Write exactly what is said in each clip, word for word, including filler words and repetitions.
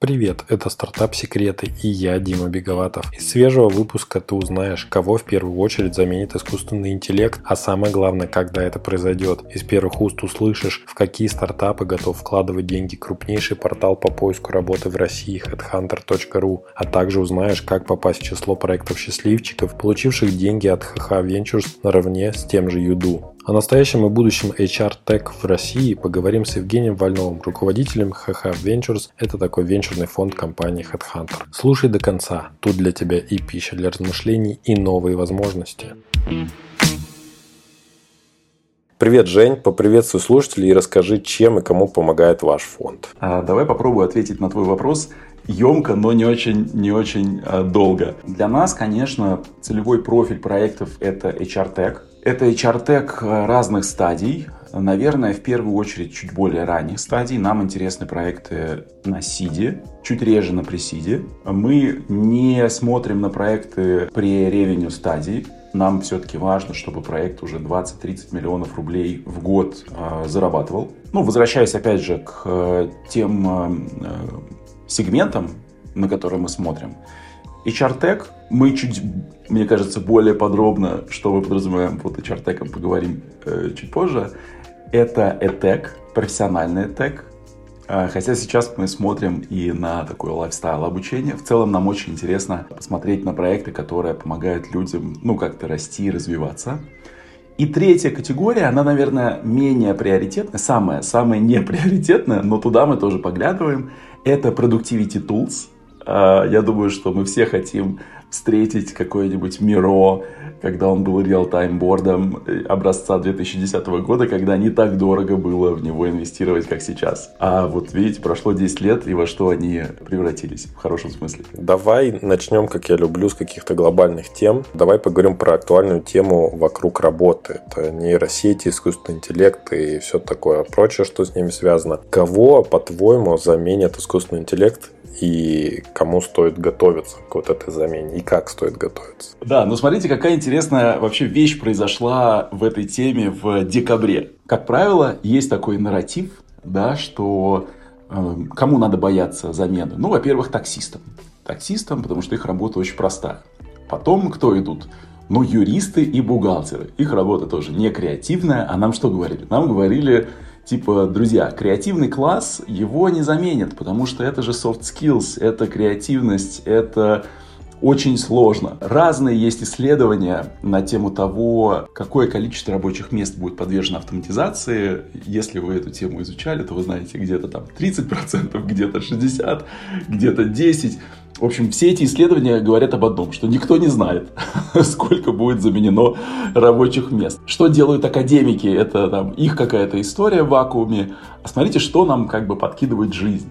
Привет, это «Стартап Секреты» и я, Дима Беговатов. Из свежего выпуска ты узнаешь, кого в первую очередь заменит искусственный интеллект, а самое главное, когда это произойдет. Из первых уст услышишь, в какие стартапы готов вкладывать деньги крупнейший портал по поиску работы в России хедхантер точка ру, а также узнаешь, как попасть в число проектов-счастливчиков, получивших деньги от эйч эйч Ventures наравне с тем же Юду. О настоящем и будущем эйч ар-Tech в России поговорим с Евгением Вольновым, руководителем эйч эйч Ventures. Это такой венчурный фонд компании HeadHunter. Слушай до конца. Тут для тебя и пища для размышлений, и новые возможности. Привет, Жень. Поприветствуй слушателей и расскажи, чем и кому помогает ваш фонд. А, давай попробую ответить на твой вопрос емко, но не очень, не очень а, долго. Для нас, конечно, целевой профиль проектов – это эйч ар-Tech. Это эйч ар-Tech разных стадий. Наверное, в первую очередь, чуть более ранних стадий. Нам интересны проекты на сиде, чуть реже на пресиде. Мы не смотрим на проекты при ревеню стадии. Нам все-таки важно, чтобы проект уже двадцать-тридцать миллионов рублей в год э, зарабатывал. Ну, возвращаясь опять же к э, тем э, сегментам, на которые мы смотрим. эйч ар-Tech мы чуть, мне кажется, более подробно, что мы подразумеваем под эйч ар-Tech, поговорим э, чуть позже. Это EdTech, профессиональный EdTech. Э, хотя сейчас мы смотрим и на такое лайфстайл обучение. В целом нам очень интересно посмотреть на проекты, которые помогают людям, ну, как-то расти и развиваться. И третья категория, она, наверное, менее приоритетная, самая, самая неприоритетная, но туда мы тоже поглядываем. Это Productivity Tools. Я думаю, что мы все хотим встретить какой-нибудь Miro, когда он был реал-тайм бордом образца две тысячи десятого года, когда не так дорого было в него инвестировать, как сейчас. А вот видите, прошло десять лет, и во что они превратились, в хорошем смысле. Давай начнем, как я люблю, с каких-то глобальных тем. Давай поговорим про актуальную тему вокруг работы. Это нейросети, искусственный интеллект и все такое прочее, что с ними связано. Кого, по-твоему, заменит искусственный интеллект? И кому стоит готовиться к вот этой замене, и как стоит готовиться. Да, ну смотрите, какая интересная вообще вещь произошла в этой теме в декабре. Как правило, есть такой нарратив, да, что э, кому надо бояться замены? Ну, во-первых, таксистам. Таксистам, потому что их работа очень простая. Потом кто идут? Ну, юристы и бухгалтеры. Их работа тоже не креативная. А нам что говорили? Нам говорили... Типа, друзья, креативный класс его не заменит, потому что это же soft skills, это креативность, это очень сложно. Разные есть исследования на тему того, какое количество рабочих мест будет подвержено автоматизации. Если вы эту тему изучали, то вы знаете, где-то там тридцать процентов, где-то шестьдесят процентов, где-то десять процентов. В общем, все эти исследования говорят об одном, что никто не знает, сколько будет заменено рабочих мест. Что делают академики, это там их какая-то история в вакууме. А смотрите, что нам как бы подкидывает жизнь.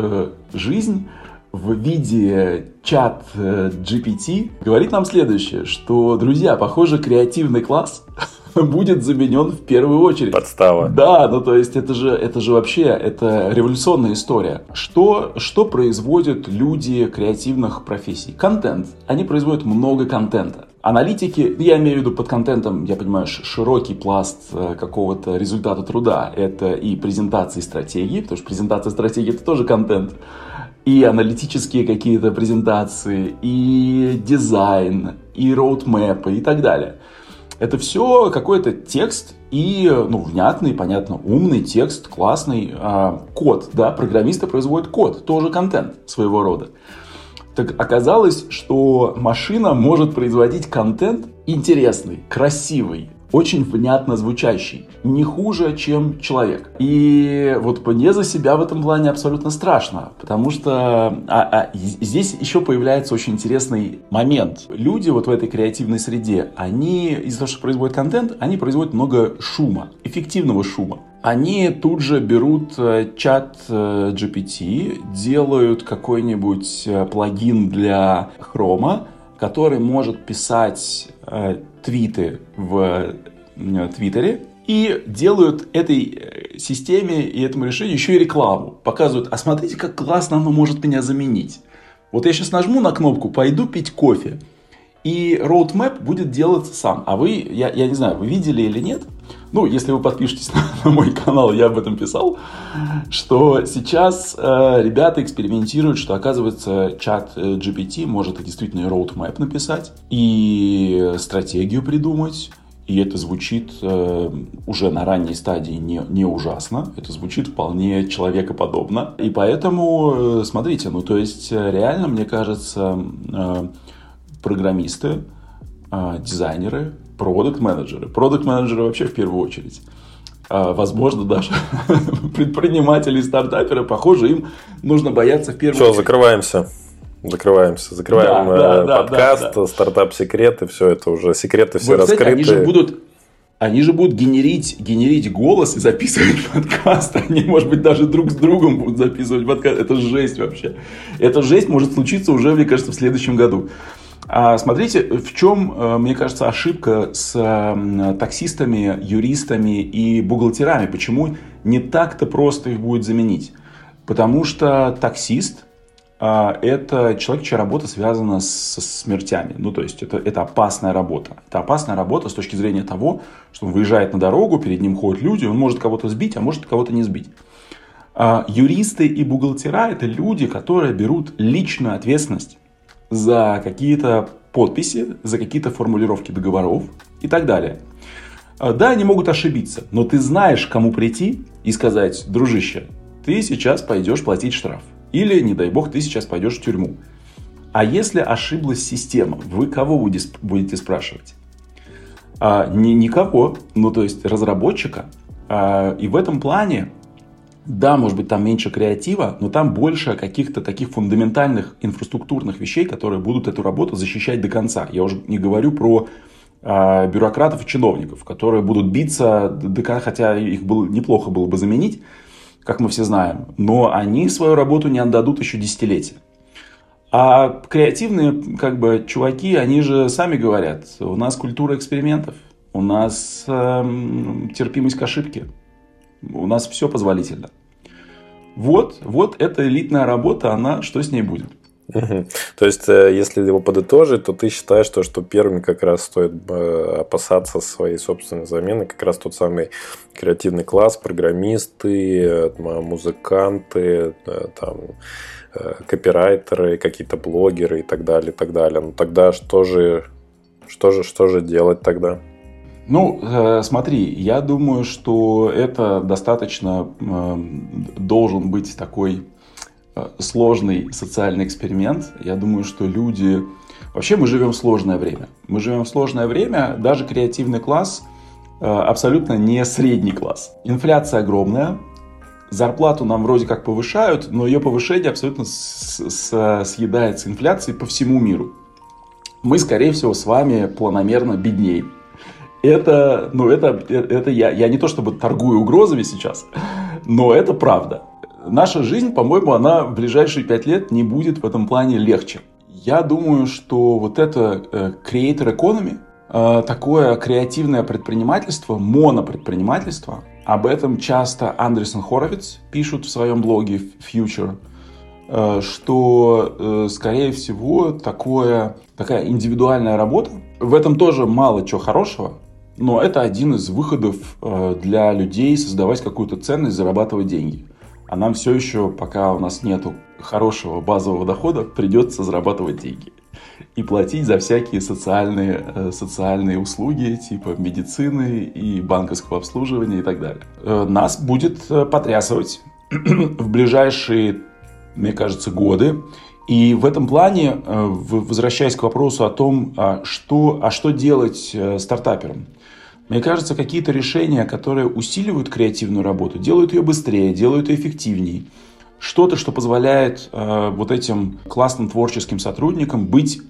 Жизнь в виде чат джи пи ти говорит нам следующее, что, друзья, похоже, креативный класс будет заменен в первую очередь. Подстава. Да, ну то есть это же, это же вообще это революционная история. Что, что производят люди креативных профессий? Контент. Они производят много контента. Аналитики, я имею в виду под контентом, я понимаю, широкий пласт какого-то результата труда. Это и презентации стратегии, потому что презентация стратегии это тоже контент. И аналитические какие-то презентации, и дизайн, и роудмэпы, и так далее. Это все какой-то текст и, ну, внятный, понятно, умный текст, классный э, код, да, программисты производят код, тоже контент своего рода. Так оказалось, что машина может производить контент интересный, красивый, очень внятно звучащий, не хуже, чем человек. И вот мне за себя в этом плане абсолютно страшно, потому что а, а, здесь еще появляется очень интересный момент. Люди вот в этой креативной среде, они из-за того, что производят контент, они производят много шума, эффективного шума. Они тут же берут чат джи пи ти, делают какой-нибудь плагин для Chrome, который может писать э, твиты в э, Твиттере и делают этой системе и этому решению еще и рекламу. Показывают, а смотрите, как классно оно может меня заменить. Вот я сейчас нажму на кнопку «Пойду пить кофе», и roadmap будет делаться сам. А вы, я, я не знаю, вы видели или нет, ну, если вы подпишетесь на, на мой канал, я об этом писал, что сейчас э, ребята экспериментируют, что, оказывается, чат джи пи ти может и действительно и roadmap написать, и стратегию придумать. И это звучит э, уже на ранней стадии не, не ужасно. Это звучит вполне человекоподобно. И поэтому, э, смотрите, ну то есть реально, мне кажется, э, программисты, э, дизайнеры, продакт-менеджеры. Продакт-менеджеры вообще в первую очередь. Э, возможно, даже предприниматели и стартаперы, похоже, им нужно бояться в первую Все, очередь. Все, закрываемся. Закрываемся, закрываем да, да, подкаст, да, да, да. Стартап-секреты, все это уже, секреты все вот, раскрыты. Кстати, они же будут, они же будут генерить, генерить голос и записывать подкаст. Они, может быть, даже друг с другом будут записывать подкаст. Это жесть вообще. Эта жесть может случиться уже, мне кажется, в следующем году. А смотрите, в чем, мне кажется, ошибка с таксистами, юристами и бухгалтерами. Почему не так-то просто их будет заменить? Потому что таксист... это человек, чья работа связана со смертями. Ну, то есть, это, это опасная работа. Это опасная работа с точки зрения того, что он выезжает на дорогу, перед ним ходят люди, он может кого-то сбить, а может кого-то не сбить. А юристы и бухгалтера – это люди, которые берут личную ответственность за какие-то подписи, за какие-то формулировки договоров и так далее. Да, они могут ошибиться, но ты знаешь, к кому прийти и сказать: дружище, ты сейчас пойдешь платить штраф. Или, не дай бог, ты сейчас пойдешь в тюрьму. А если ошиблась система, вы кого будете спрашивать? А, ни, никого. Ну, то есть, разработчика. А, и в этом плане, да, может быть, там меньше креатива, но там больше каких-то таких фундаментальных инфраструктурных вещей, которые будут эту работу защищать до конца. Я уже не говорю про а, бюрократов и чиновников, которые будут биться до конца, хотя их было, неплохо было бы заменить, как мы все знаем, но они свою работу не отдадут еще десятилетия. А креативные как бы чуваки, они же сами говорят: у нас культура экспериментов, у нас э, терпимость к ошибке, у нас все позволительно. Вот, вот эта элитная работа, она, что с ней будет? Угу. То есть, если его подытожить, то ты считаешь, что, что первыми как раз стоит опасаться своей собственной замены, как раз тот самый креативный класс, программисты, музыканты, там, копирайтеры, какие-то блогеры и так далее, и так далее. Ну тогда что же, что же, что же делать тогда? Ну, э, смотри, я думаю, что это достаточно э, должен быть такой сложный социальный эксперимент. Я думаю, что люди... Вообще мы живем в сложное время. Мы живем в сложное время. Даже креативный класс абсолютно не средний класс. Инфляция огромная. Зарплату нам вроде как повышают, но ее повышение абсолютно с- с- съедается инфляцией по всему миру. Мы, скорее всего, с вами планомерно беднеем. Это, ну, это, это я, я не то чтобы торгую угрозами сейчас, но это правда. Наша жизнь, по-моему, она в ближайшие пять лет не будет в этом плане легче. Я думаю, что вот это э, creator economy, э, такое креативное предпринимательство, монопредпринимательство, об этом часто Андерсон Хоровиц пишут в своем блоге Future, э, что, э, скорее всего, такое, такая индивидуальная работа. В этом тоже мало чего хорошего, но это один из выходов э, для людей создавать какую-то ценность, зарабатывать деньги. А нам все еще, пока у нас нету хорошего базового дохода, придется зарабатывать деньги. И платить за всякие социальные, э, социальные услуги, типа медицины и банковского обслуживания и так далее. Э, нас будет потрясывать в ближайшие, мне кажется, годы. И в этом плане, э, возвращаясь к вопросу о том, а что, а что делать э, стартаперам. Мне кажется, какие-то решения, которые усиливают креативную работу, делают ее быстрее, делают ее эффективнее. Что-то, что позволяет э, вот этим классным творческим сотрудникам быть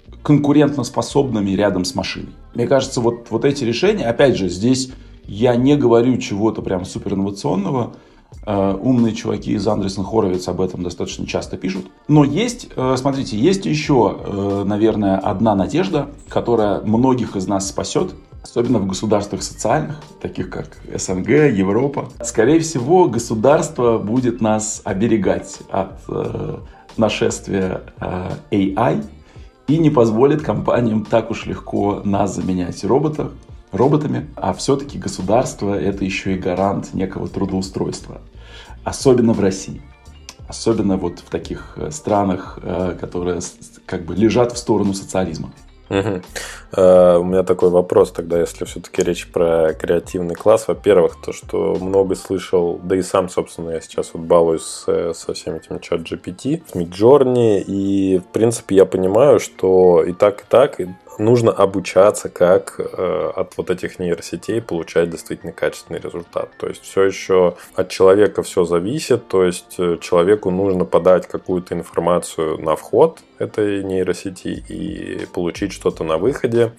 конкурентоспособными рядом с машиной. Мне кажется, вот, вот эти решения, опять же, здесь я не говорю чего-то прям суперинновационного. Э, умные чуваки из Андерсон Хоровиц об этом достаточно часто пишут. Но есть, э, смотрите, есть еще, э, наверное, одна надежда, которая многих из нас спасет. Особенно в государствах социальных, таких как СНГ, Европа. Скорее всего, государство будет нас оберегать от э, нашествия э, эй ай и не позволит компаниям так уж легко нас заменять роботов. роботами, а все-таки государство – это еще и гарант некого трудоустройства. Особенно в России. Особенно вот в таких странах, которые как бы лежат в сторону социализма. Угу. Uh, у меня такой вопрос тогда, если все-таки речь про креативный класс. Во-первых, то, что много слышал, да и сам, собственно, я сейчас вот балуюсь с, со всеми этими чат джи пи ти, с Midjourney, и, в принципе, я понимаю, что и так, и так нужно обучаться, как э, от вот этих нейросетей получать действительно качественный результат. То есть, все еще от человека все зависит, то есть, человеку нужно подать какую-то информацию на вход этой нейросети и получить что-то на выходе,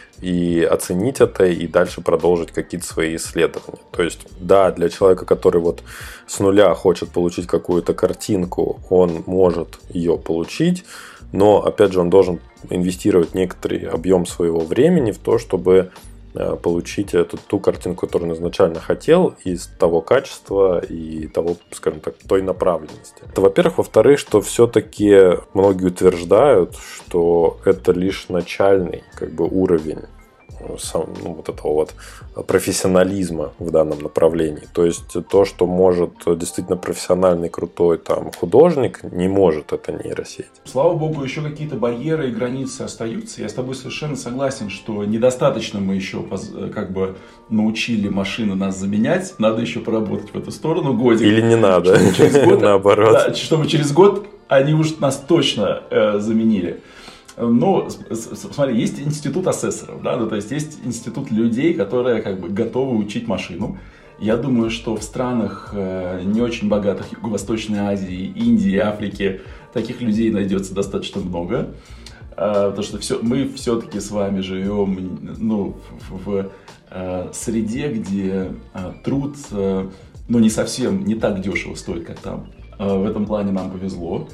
и оценить это, и дальше продолжить какие-то свои исследования. То есть, да, для человека, который вот с нуля хочет получить какую-то картинку, он может ее получить, но, опять же, он должен инвестировать некоторый объем своего времени в то, чтобы получить эту, ту картинку, которую он изначально хотел, из того качества и того, скажем так, той направленности. Это, во-первых. Во-вторых, что все-таки многие утверждают, что это лишь начальный как бы, уровень сам, ну, вот этого вот профессионализма в данном направлении. То есть то, что может действительно профессиональный крутой там художник, не может это нейросеть. Слава богу, еще какие-то барьеры и границы остаются. Я с тобой совершенно согласен, что недостаточно мы еще как бы научили машины нас заменять. Надо еще поработать в эту сторону годик. Или не надо, наоборот. Да, чтобы через год они уж нас точно э, заменили. Ну, смотри, есть институт асессоров, да, ну, то есть есть институт людей, которые как бы готовы учить машину. Я думаю, что в странах э, не очень богатых Юго-Восточной Азии, Индии, Африки таких людей найдется достаточно много. Э, потому что все, мы все-таки с вами живем ну, в, в э, среде, где э, труд э, ну, не совсем, не так дешево стоит, как там. Э, в этом плане нам повезло.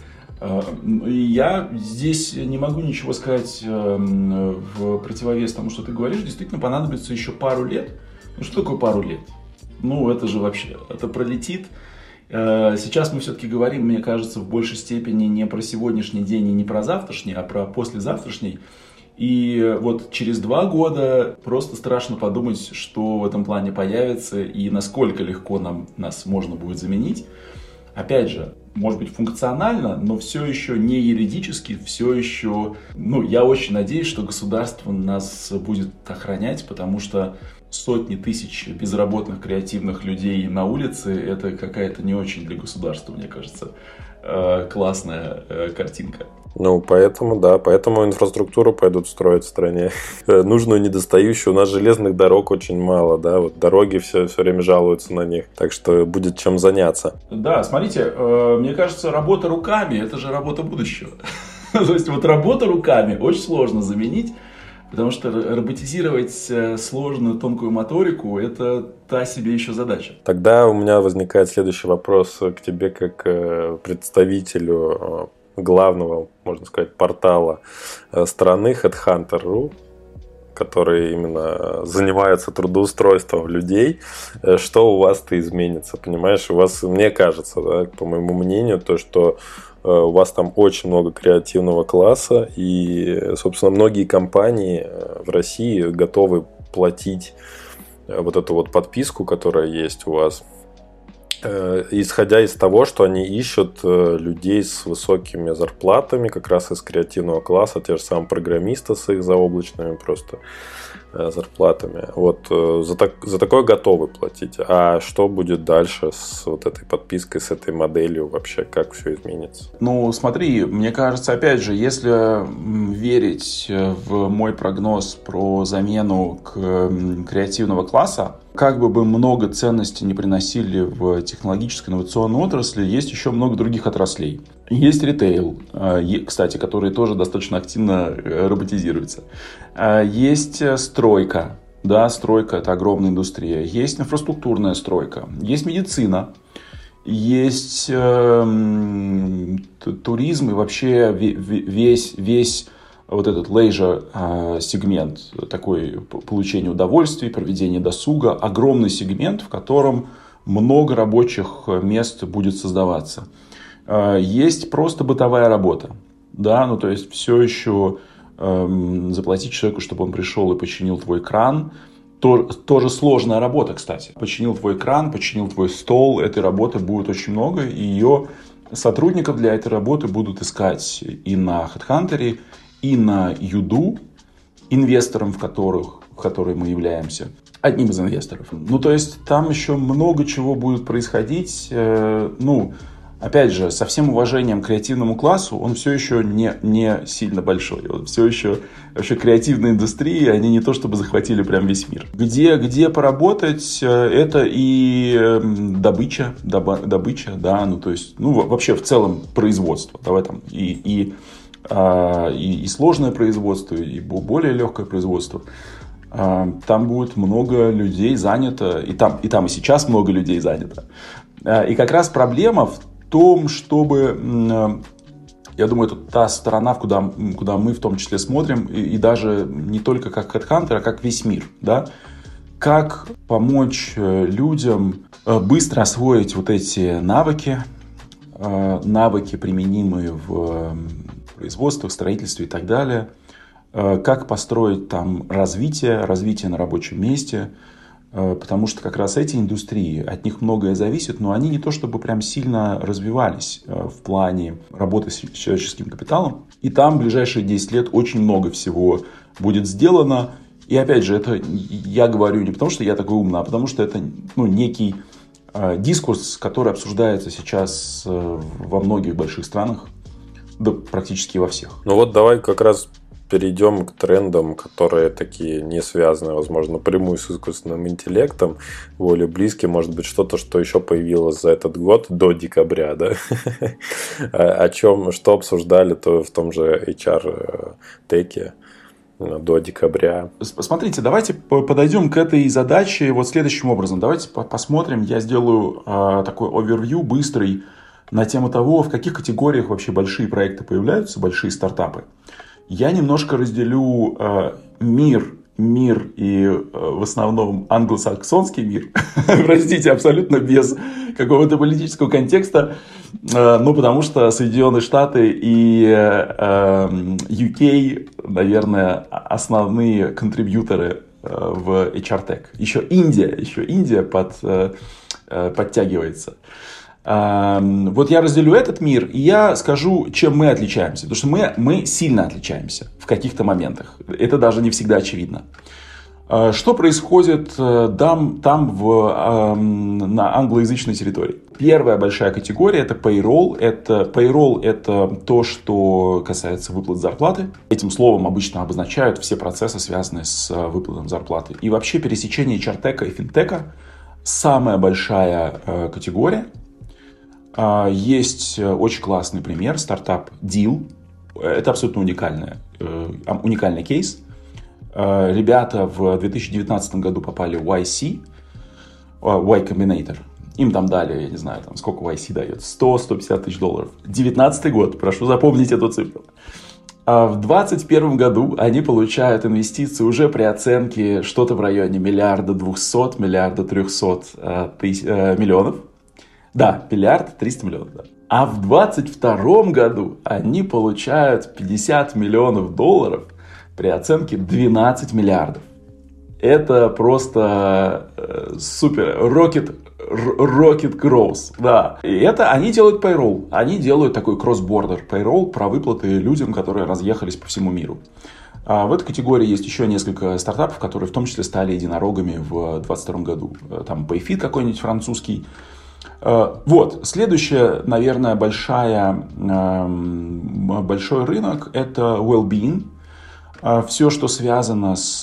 И я здесь не могу ничего сказать в противовес тому, что ты говоришь. Действительно понадобится еще пару лет. Ну что такое пару лет? Ну это же вообще, это пролетит. Сейчас мы все-таки говорим, мне кажется, в большей степени не про сегодняшний день и не про завтрашний, а про послезавтрашний. И вот через два года просто страшно подумать, что в этом плане появится и насколько легко нам, нас можно будет заменить. Опять же, может быть, функционально, но все еще не юридически, все еще... Ну, я очень надеюсь, что государство нас будет охранять, потому что сотни тысяч безработных креативных людей на улице – это какая-то не очень для государства, мне кажется, классная картинка. Ну, поэтому, да, поэтому инфраструктуру пойдут строить в стране. Нужную, недостающую. У нас железных дорог очень мало, да, вот дороги все, все время жалуются на них, так что будет чем заняться. Да, смотрите, мне кажется, работа руками – это же работа будущего. То есть вот работа руками очень сложно заменить, потому что роботизировать сложную тонкую моторику – это та себе еще задача. Тогда у меня возникает следующий вопрос к тебе как представителю главного, можно сказать, портала страны хэдхантер точка ру, который именно занимается трудоустройством людей. Что у вас-то изменится, понимаешь? У вас, мне кажется, да, по моему мнению, то, что у вас там очень много креативного класса, и, собственно, многие компании в России готовы платить вот эту вот подписку, которая есть у вас, исходя из того, что они ищут людей с высокими зарплатами, как раз из креативного класса, те же самые программисты с их заоблачными просто зарплатами. Вот за, так, за такое готовы платить. А что будет дальше с вот этой подпиской, с этой моделью вообще? Как все изменится? Ну, смотри, мне кажется, опять же, если верить в мой прогноз про замену креативного класса, как бы бы много ценностей не приносили в технологической инновационной отрасли, есть еще много других отраслей. Есть ритейл, кстати, который тоже достаточно активно роботизируется. Есть стройка, да, стройка – это огромная индустрия. Есть инфраструктурная стройка, есть медицина, есть э, туризм и вообще весь, весь вот этот leisure сегмент, такой получение удовольствий, проведение досуга, огромный сегмент, в котором много рабочих мест будет создаваться. Есть просто бытовая работа, да, ну то есть все еще эм, заплатить человеку, чтобы он пришел и починил твой кран, То, тоже сложная работа, кстати. Починил твой экран, починил твой стол. Этой работы будет очень много. И ее сотрудников для этой работы будут искать и на HeadHunter, и на Юду, инвестором в которых, в которой мы являемся. Одним из инвесторов. Ну, то есть, там еще много чего будет происходить. Э, ну, опять же, со всем уважением к креативному классу, он все еще не, не сильно большой. Он все еще, вообще креативные индустрии, они не то чтобы захватили прям весь мир. Где, где поработать, это и добыча, доба, добыча, да, ну то есть, ну вообще в целом производство, давай там, и, и, и, и сложное производство, и более легкое производство. Там будет много людей занято, и там, и там и сейчас много людей занято. И как раз проблема в том, чтобы, я думаю, это та сторона, куда, куда мы в том числе смотрим, и, и даже не только как HeadHunter, а как весь мир, да, как помочь людям быстро освоить вот эти навыки, навыки, применимые в производстве, строительстве и так далее, как построить там развитие, развитие на рабочем месте. Потому что как раз эти индустрии, от них многое зависит, но они не то чтобы прям сильно развивались в плане работы с человеческим капиталом. И там в ближайшие десять лет очень много всего будет сделано. И опять же, это я говорю не потому, что я такой умный, а потому что это ну, некий э, дискурс, который обсуждается сейчас э, во многих больших странах, да практически во всех. Ну вот давай как раз перейдем к трендам, которые такие не связаны, возможно, напрямую с искусственным интеллектом, более близкие, может быть, что-то, что еще появилось за этот год до декабря, да? О чем, что обсуждали то в том же эйч ар-теке до декабря. Смотрите, давайте подойдем к этой задаче вот следующим образом. Давайте посмотрим, я сделаю такой овервью быстрый на тему того, в каких категориях вообще большие проекты появляются, большие стартапы. Я немножко разделю э, мир, мир и э, в основном англосаксонский мир, простите, абсолютно без какого-то политического контекста, э, ну, потому что Соединенные Штаты и э, ю кей, наверное, основные контрибьюторы э, в эйч ар-Tech. Еще Индия, еще Индия под, э, подтягивается. Вот я разделю этот мир, и я скажу, чем мы отличаемся. Потому что мы, мы сильно отличаемся в каких-то моментах. Это даже не всегда очевидно. Что происходит там, там в, на англоязычной территории? Первая большая категория – это payroll. Это, payroll – это то, что касается выплат зарплаты. Этим словом обычно обозначают все процессы, связанные с выплатой зарплаты. И вообще пересечение эйч ар-Tech и финтека – самая большая категория. Есть очень классный пример, стартап Deal. Это абсолютно уникальный, уникальный кейс. Ребята в две тысячи девятнадцатом году попали в уай си, Y Combinator. Им там дали, я не знаю, там, сколько уай си дает, сто - сто пятьдесят тысяч долларов. девятнадцатый год, прошу запомнить эту цифру. А в двадцать первом году они получают инвестиции уже при оценке что-то в районе миллиарда двухсот, миллиарда трехсот тысяч, э, миллионов. Да, миллиард триста миллионов. Да. А в двадцать втором году они получают пятьдесят миллионов долларов при оценке двенадцать миллиардов. Это просто э, супер. Rocket, rocket growth. Да. И это они делают payroll. Они делают такой cross-border payroll про выплаты людям, которые разъехались по всему миру. А в этой категории есть еще несколько стартапов, которые в том числе стали единорогами в двадцать втором году. Там Payfit какой-нибудь французский. Вот, следующая, наверное, большая, большой рынок – это well-being. Все, что связано с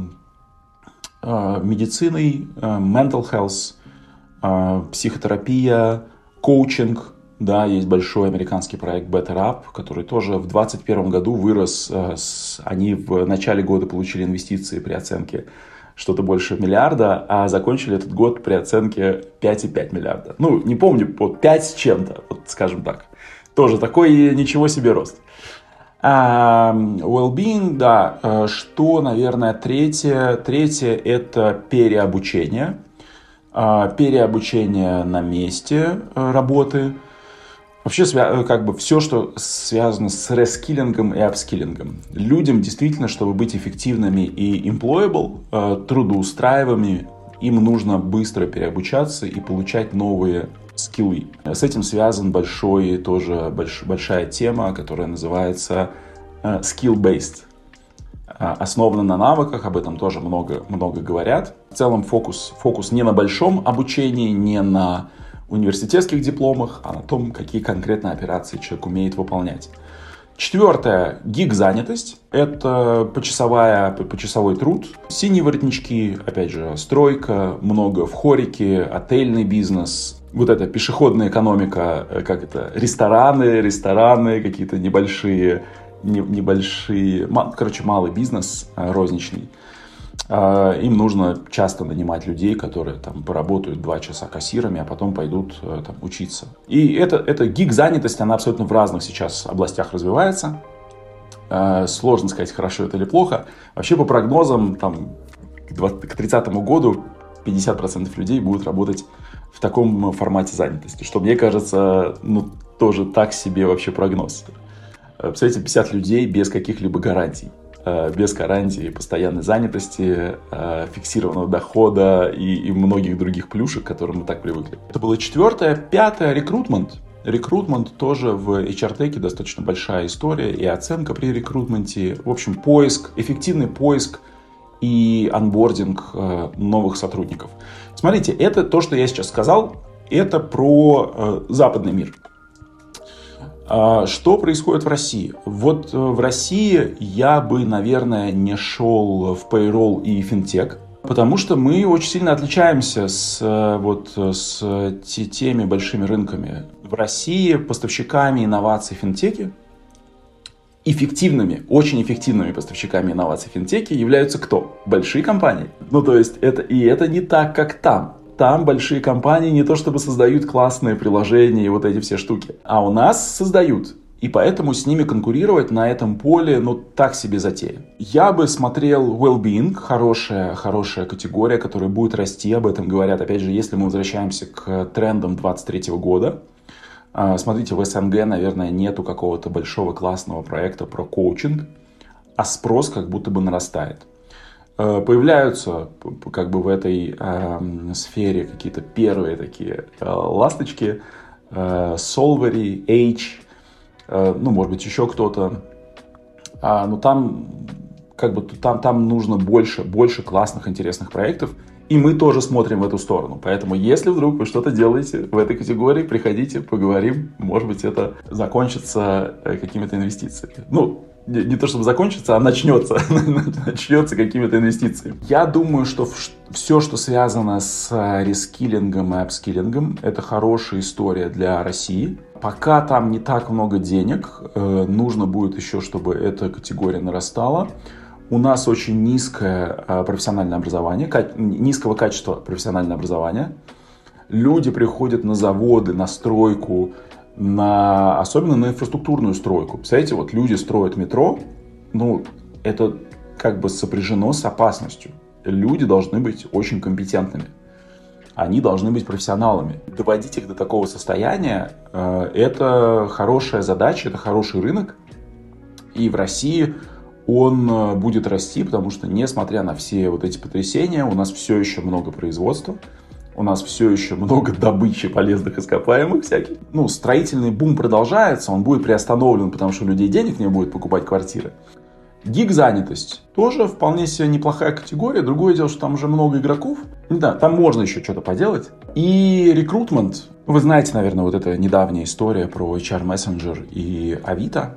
медициной, mental health, психотерапия, коучинг. Да, есть большой американский проект Better Up, который тоже в двадцать первом году вырос. Они в начале года получили инвестиции при оценке что-то больше миллиарда, а закончили этот год при оценке пять и пять миллиарда. Ну, не помню, вот пять с чем-то, вот скажем так. Тоже такой ничего себе рост. А, well-being, да, что, наверное, третье? Третье – это переобучение. А, переобучение на месте работы. Вообще, как бы все, что связано с рескиллингом и апскиллингом. Людям действительно, чтобы быть эффективными и employable, трудоустраиваемыми, им нужно быстро переобучаться и получать новые скиллы. С этим связан большой, тоже больш, большая тема, которая называется skill-based. Основана на навыках, об этом тоже много, много говорят. В целом фокус, фокус не на большом обучении, не на университетских дипломах, а на том, какие конкретно операции человек умеет выполнять. Четвертое. Гиг-занятость. Это почасовая, почасовой труд. Синие воротнички, опять же, стройка, много в хорике, отельный бизнес. Вот эта пешеходная экономика, как это, рестораны, рестораны, какие-то небольшие, не, небольшие, короче, малый бизнес розничный. Им нужно часто нанимать людей, которые там поработают два часа кассирами, а потом пойдут там учиться. И это, эта гиг-занятость, она абсолютно в разных сейчас областях развивается. Сложно сказать, хорошо это или плохо. Вообще, по прогнозам, там, к тридцатому году пятьдесят процентов людей будут работать в таком формате занятости, что, мне кажется, ну, тоже так себе вообще прогноз. Представляете, пятьдесят людей без каких-либо гарантий. Без гарантии постоянной занятости, фиксированного дохода и, и многих других плюшек, к которым мы так привыкли. Это было четвертое. Пятое — рекрутмент. Рекрутмент тоже в эйч ар-теке достаточно большая история и оценка при рекрутменте. В общем, поиск, эффективный поиск и анбординг новых сотрудников. Смотрите, это то, что я сейчас сказал, это про западный мир. Что происходит в России? Вот в России я бы, наверное, не шел в payroll и финтех, потому что мы очень сильно отличаемся с, вот, с теми большими рынками. В России поставщиками инноваций финтеки, эффективными, очень эффективными поставщиками инноваций финтеки являются кто? Большие компании. Ну, то есть, это, и это не так, как там. Там большие компании не то чтобы создают классные приложения и вот эти все штуки, а у нас создают. И поэтому с ними конкурировать на этом поле, ну, так себе затея. Я бы смотрел well-being, хорошая, хорошая категория, которая будет расти, об этом говорят. Опять же, если мы возвращаемся к трендам двадцать третьего года, смотрите, в эс эн гэ, наверное, нету какого-то большого классного проекта про коучинг, а спрос как будто бы нарастает. Появляются как бы в этой э, сфере какие-то первые такие э, ласточки, э, Solvery, H, э, ну, может быть, еще кто-то. А, но там, как бы, там, там нужно больше, больше классных, интересных проектов, и мы тоже смотрим в эту сторону. Поэтому, если вдруг вы что-то делаете в этой категории, приходите, поговорим. Может быть, это закончится какими-то инвестициями. Ну, Не, не то чтобы закончится, а начнется, начнется какими-то инвестициями. Я думаю, что все, что связано с рескиллингом и апскиллингом, это хорошая история для России. Пока там не так много денег, нужно будет еще, чтобы эта категория нарастала. У нас очень низкое профессиональное образование, низкого качества профессиональное образование. Люди приходят на заводы, на стройку, на, особенно на инфраструктурную стройку. Представляете, вот люди строят метро, ну, это как бы сопряжено с опасностью. Люди должны быть очень компетентными. Они должны быть профессионалами. Доводить их до такого состояния э, – это хорошая задача, это хороший рынок. И в России он будет расти, потому что, несмотря на все вот эти потрясения, у нас все еще много производства. У нас все еще много добычи полезных ископаемых всяких. Ну, строительный бум продолжается, он будет приостановлен, потому что у людей денег не будет покупать квартиры. Гиг-занятость тоже вполне себе неплохая категория. Другое дело, что там уже много игроков. Да, там можно еще что-то поделать. И рекрутмент. Вы знаете, наверное, вот эта недавняя история про эйч ар Messenger и Авито.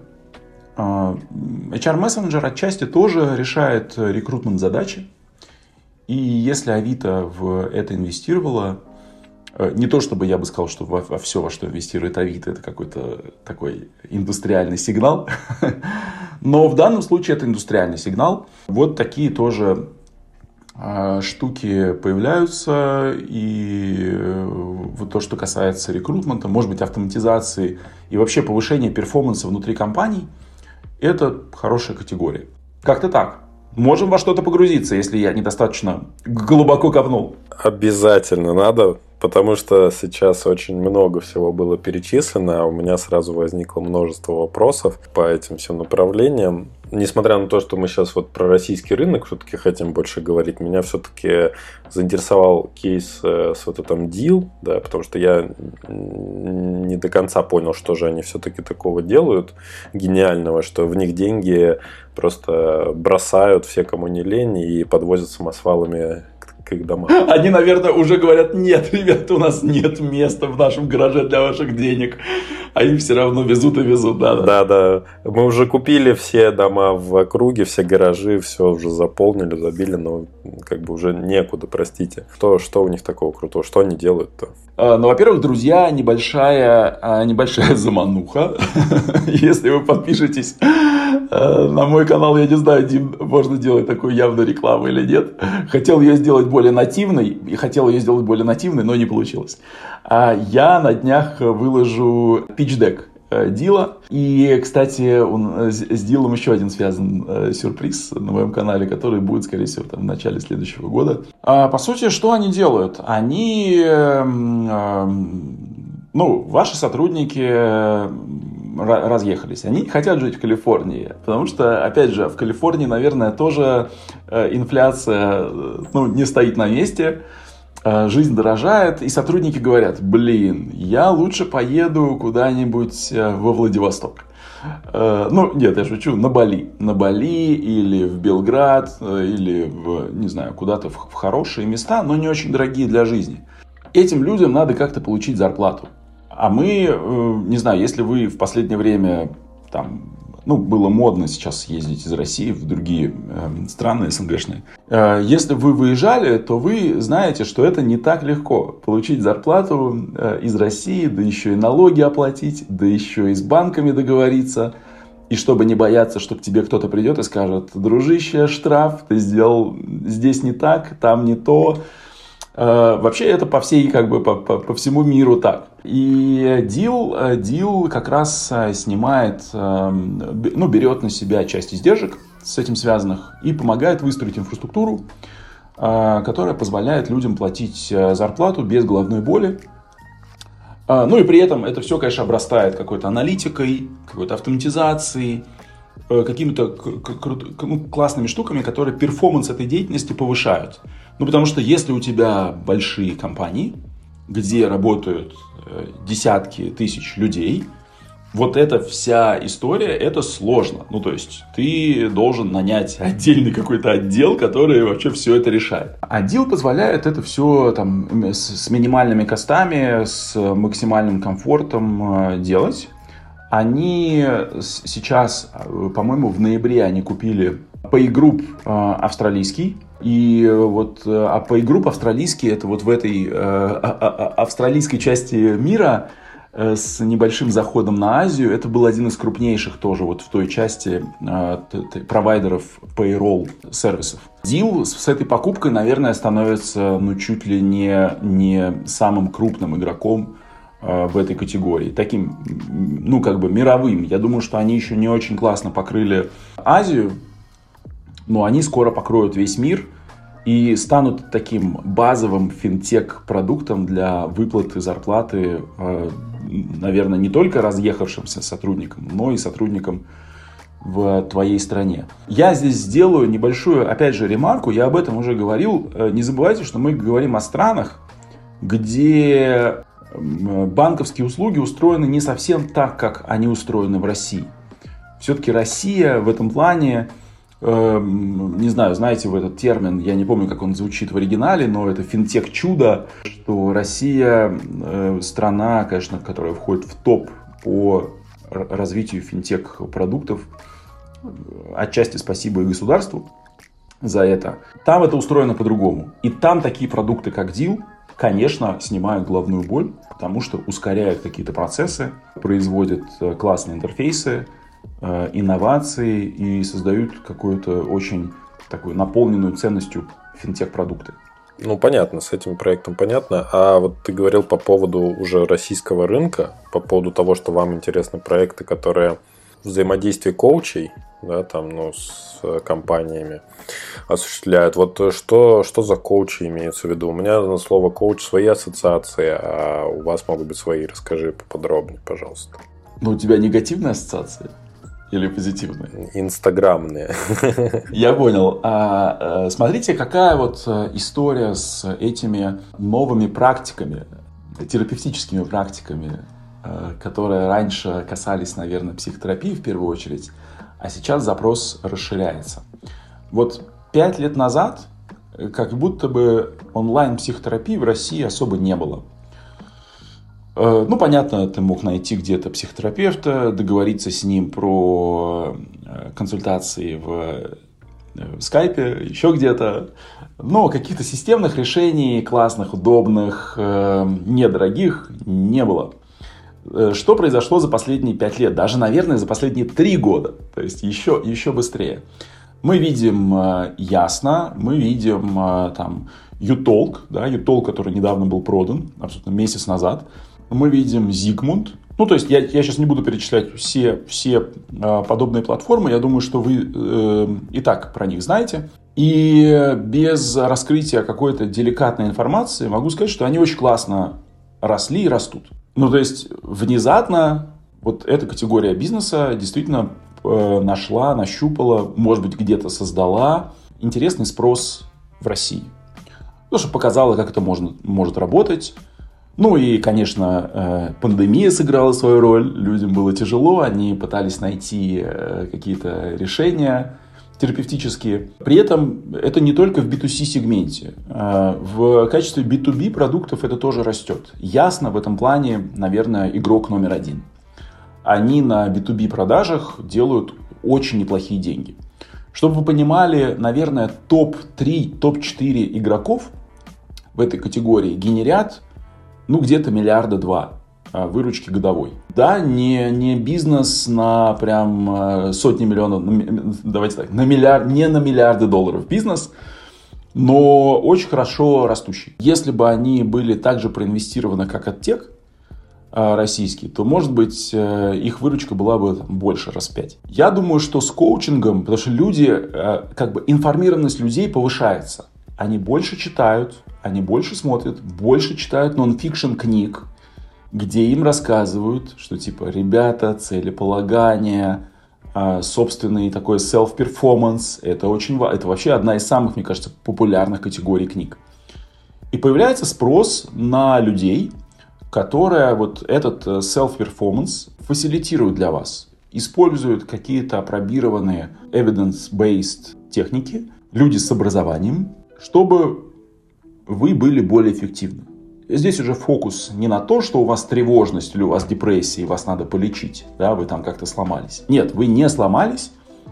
эйч ар Messenger отчасти тоже решает рекрутмент задачи. И если Авито в это инвестировало, не то чтобы я бы сказал, что во, во все, во что инвестирует Авито, это какой-то такой индустриальный сигнал, но в данном случае это индустриальный сигнал. Вот такие тоже э, штуки появляются, и вот то, что касается рекрутмента, может быть, автоматизации и вообще повышения перформанса внутри компаний, это хорошая категория. Как-то так. Можем во что-то погрузиться, если я недостаточно глубоко копнул. Обязательно надо, потому что сейчас очень много всего было перечислено, а у меня сразу возникло множество вопросов по этим всем направлениям. Несмотря на то, что мы сейчас вот про российский рынок все-таки хотим больше говорить, меня все-таки заинтересовал кейс с вот этим Deal, да, потому что я не до конца понял, что же они все-таки такого делают гениального, что в них деньги просто бросают все, кому не лень, и подвозят самосвалами к их домам. Они, наверное, уже говорят: нет, ребята, у нас нет места в нашем гараже для ваших денег. А им все равно везут и везут, да, да. Да, да. Мы уже купили все дома в округе, все гаражи, все уже заполнили, забили, но как бы уже некуда, простите. Что, что у них такого крутого? Что они делают-то? Ну, во-первых, друзья, небольшая, небольшая замануха. Если вы подпишетесь на мой канал, я не знаю, Дим, можно делать такую явную рекламу или нет. Хотел ее сделать более нативной, и хотел ее сделать более нативной, но не получилось. Я на днях выложу питч-дек Дила. И, кстати, он, с Дилом еще один связан э, сюрприз на моем канале, который будет, скорее всего, там, в начале следующего года. А, по сути, что они делают? Они, э, э, ну, ваши сотрудники э, разъехались. Они хотят жить в Калифорнии. Потому что, опять же, в Калифорнии, наверное, тоже э, инфляция э, ну, не стоит на месте. Жизнь дорожает, и сотрудники говорят: блин, я лучше поеду куда-нибудь во Владивосток. Ну, нет, я шучу, на Бали. На Бали или в Белград, или, в, не знаю, куда-то в хорошие места, но не очень дорогие для жизни. Этим людям надо как-то получить зарплату. А мы, не знаю, если вы в последнее время там... Ну, было модно сейчас ездить из России в другие э, страны СНГшные. Э, если вы выезжали, то вы знаете, что это не так легко. Получить зарплату э, из России, да еще и налоги оплатить, да еще и с банками договориться. И чтобы не бояться, что к тебе кто-то придет и скажет: дружище, штраф, ты сделал здесь не так, там не то. Uh, вообще это по всей, как бы, по, по, по всему миру так. И Deal, Deal как раз снимает, ну, берет на себя часть издержек с этим связанных и помогает выстроить инфраструктуру, которая позволяет людям платить зарплату без головной боли. Ну и при этом это все, конечно, обрастает какой-то аналитикой, какой-то автоматизацией, какими-то ну, классными штуками, которые перформанс этой деятельности повышают. Ну, потому что если у тебя большие компании, где работают десятки тысяч людей, вот эта вся история, это сложно. Ну, то есть, ты должен нанять отдельный какой-то отдел, который вообще все это решает. А Deal позволяет это все там, с, с минимальными костами, с максимальным комфортом делать. Они сейчас, по-моему, в ноябре они купили PayGroup австралийский. И вот а PayGroup австралийский, это вот в этой австралийской части мира с небольшим заходом на Азию, это был один из крупнейших тоже вот в той части провайдеров payroll сервисов. Deal с этой покупкой, наверное, становится ну, чуть ли не, не самым крупным игроком в этой категории, таким, ну, как бы мировым. Я думаю, что они еще не очень классно покрыли Азию, но они скоро покроют весь мир и станут таким базовым финтех-продуктом для выплаты зарплаты, наверное, не только разъехавшимся сотрудникам, но и сотрудникам в твоей стране. Я здесь сделаю небольшую, опять же, ремарку, я об этом уже говорил. Не забывайте, что мы говорим о странах, где банковские услуги устроены не совсем так, как они устроены в России. Все-таки Россия в этом плане, э, не знаю, знаете вы этот термин, я не помню, как он звучит в оригинале, но это финтех-чудо, что Россия э, страна, конечно, которая входит в топ по развитию финтех-продуктов. Отчасти спасибо и государству за это. Там это устроено по-другому. И там такие продукты, как Deal, конечно, снимают головную боль, потому что ускоряют какие-то процессы, производят классные интерфейсы, инновации и создают какую-то очень такую наполненную ценностью финтех-продукты. Ну, понятно, с этим проектом понятно. А вот ты говорил по поводу уже российского рынка, по поводу того, что вам интересны проекты, которые взаимодействие коучей, да, там, ну, с компаниями осуществляют. Вот что, что за коучи имеется в виду? У меня на слово коуч свои ассоциации, а у вас могут быть свои. Расскажи поподробнее, пожалуйста. Ну, у тебя негативные ассоциации или позитивные? Инстаграмные. Я понял. А, смотрите, какая вот история с этими новыми практиками, терапевтическими практиками, которые раньше касались, наверное, психотерапии в первую очередь, а сейчас запрос расширяется. Вот пять лет назад как будто бы онлайн-психотерапии в России особо не было. Ну, понятно, ты мог найти где-то психотерапевта, договориться с ним про консультации в, в скайпе, еще где-то. Но каких-то системных решений, классных, удобных, недорогих не было. Что произошло за последние пять лет? Даже, наверное, за последние три года. То есть еще, еще быстрее. Мы видим Ясно, мы видим там Ютолк, да, Ютолк, который недавно был продан, абсолютно месяц назад. Мы видим Зигмунд. Ну, то есть, я, я сейчас не буду перечислять все, все э, подобные платформы. Я думаю, что вы э, и так про них знаете. И без раскрытия какой-то деликатной информации могу сказать, что они очень классно росли и растут. Ну, то есть, внезапно вот эта категория бизнеса действительно э, нашла, нащупала, может быть, где-то создала интересный спрос в России. Потому что показала, как это можно, может работать. Ну и, конечно, пандемия сыграла свою роль, людям было тяжело, они пытались найти какие-то решения терапевтические. При этом это не только в би ту си сегменте, в качестве би ту би продуктов это тоже растет. Ясно в этом плане, наверное, игрок номер один. Они на би ту би продажах делают очень неплохие деньги. Чтобы вы понимали, наверное, топ три, топ четыре игроков в этой категории генерят ну, где-то миллиарда два выручки годовой. Да, не, не бизнес на прям сотни миллионов, давайте так, на миллиард, не на миллиарды долларов бизнес, но очень хорошо растущий. Если бы они были так же проинвестированы, как Adtech российский, то, может быть, их выручка была бы больше, раз в пять. Я думаю, что с коучингом, потому что люди, как бы информированность людей повышается. Они больше читают, они больше смотрят, больше читают нон-фикшн книг, где им рассказывают, что типа, ребята, целеполагание, собственный такой self-performance, это очень важно. Это вообще одна из самых, мне кажется, популярных категорий книг. И появляется спрос на людей, которые вот этот self-performance фасилитируют для вас. Используют какие-то апробированные evidence-based техники, люди с образованием, чтобы вы были более эффективны. Здесь уже фокус не на то, что у вас тревожность или у вас депрессия, и вас надо полечить, да, вы там как-то сломались. Нет, вы не сломались,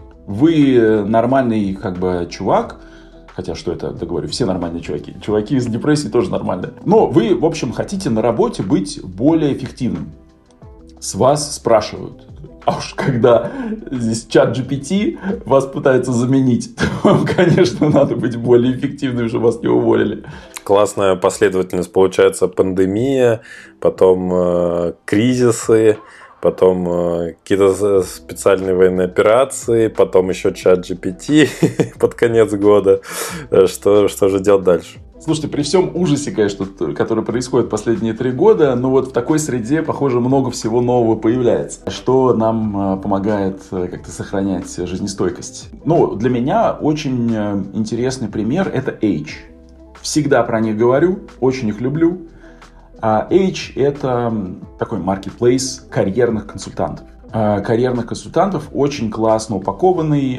вы нормальный как бы чувак, хотя что это, да говорю, все нормальные чуваки, чуваки с депрессией тоже нормальные. Но вы, в общем, хотите на работе быть более эффективным. С вас спрашивают. А уж когда здесь чат джи пи ти вас пытается заменить, то вам, конечно, надо быть более эффективным, чтобы вас не уволили. Классная последовательность получается: пандемия, потом э, кризисы, потом э, какие-то специальные военные операции, потом еще чат джи пи ти под конец года. Что, что же делать дальше? Слушайте, при всем ужасе, конечно, который происходит последние три года, но вот в такой среде, похоже, много всего нового появляется, что нам помогает как-то сохранять жизнестойкость. Ну, для меня очень интересный пример – это Age. Всегда про них говорю, очень их люблю. А Age – это такой маркетплейс карьерных консультантов. Карьерных консультантов, очень классно упакованный,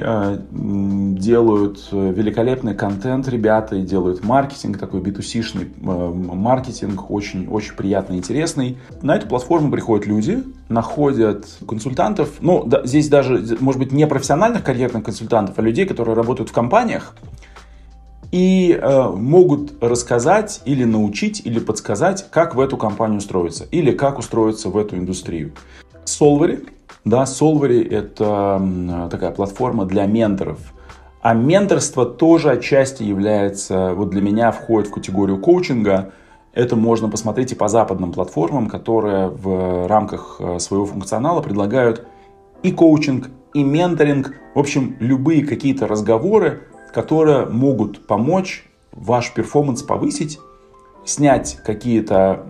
делают великолепный контент ребята, делают маркетинг, такой би ту си-шный маркетинг, очень, очень приятный, интересный. На эту платформу приходят люди, находят консультантов, ну, да, здесь даже, может быть, не профессиональных карьерных консультантов, а людей, которые работают в компаниях и э, могут рассказать или научить, или подсказать, как в эту компанию устроиться, или как устроиться в эту индустрию. Solvery. Да, Solvery – это такая платформа для менторов. А менторство тоже отчасти является, вот для меня входит в категорию коучинга. Это можно посмотреть и по западным платформам, которые в рамках своего функционала предлагают и коучинг, и менторинг. В общем, любые какие-то разговоры, которые могут помочь ваш перформанс повысить, снять какие-то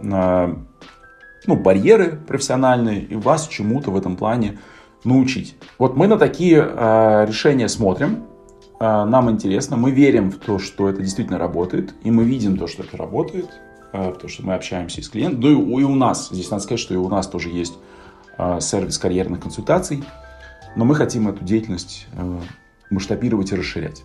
ну, барьеры профессиональные и вас чему-то в этом плане научить. Вот мы на такие э, решения смотрим, э, нам интересно, мы верим в то, что это действительно работает, и мы видим то, что это работает, э, потому что мы общаемся с клиентом. Ну и, и у нас, здесь надо сказать, что и у нас тоже есть э, сервис карьерных консультаций, но мы хотим эту деятельность э, масштабировать и расширять.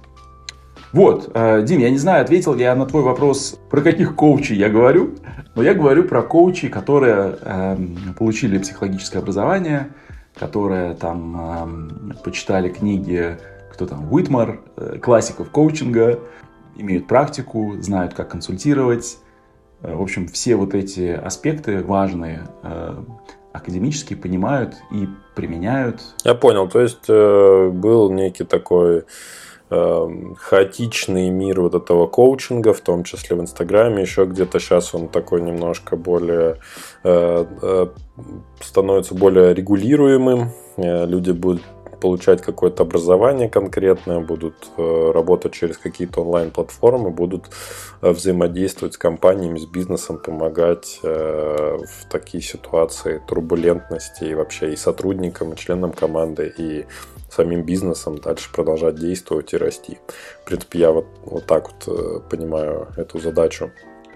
Вот, э, Дим, я не знаю, ответил ли я на твой вопрос, про каких коучей я говорю, но я говорю про коучей, которые э, получили психологическое образование, которые там э, почитали книги, кто там, Уитмар, э, классиков коучинга, имеют практику, знают, как консультировать. Э, в общем, все вот эти аспекты важные, э, академические, понимают и применяют. Я понял, то есть э, был некий такой э, хаотичный мир вот этого коучинга, в том числе в Инстаграме, еще где-то сейчас он такой немножко более э, э, становится более регулируемым, э, люди будут получать какое-то образование конкретное, будут э, работать через какие-то онлайн-платформы, будут э, взаимодействовать с компаниями, с бизнесом, помогать э, в такие ситуации турбулентности и вообще и сотрудникам, и членам команды, и самим бизнесом дальше продолжать действовать и расти. В принципе, я вот, вот так вот э, понимаю эту задачу.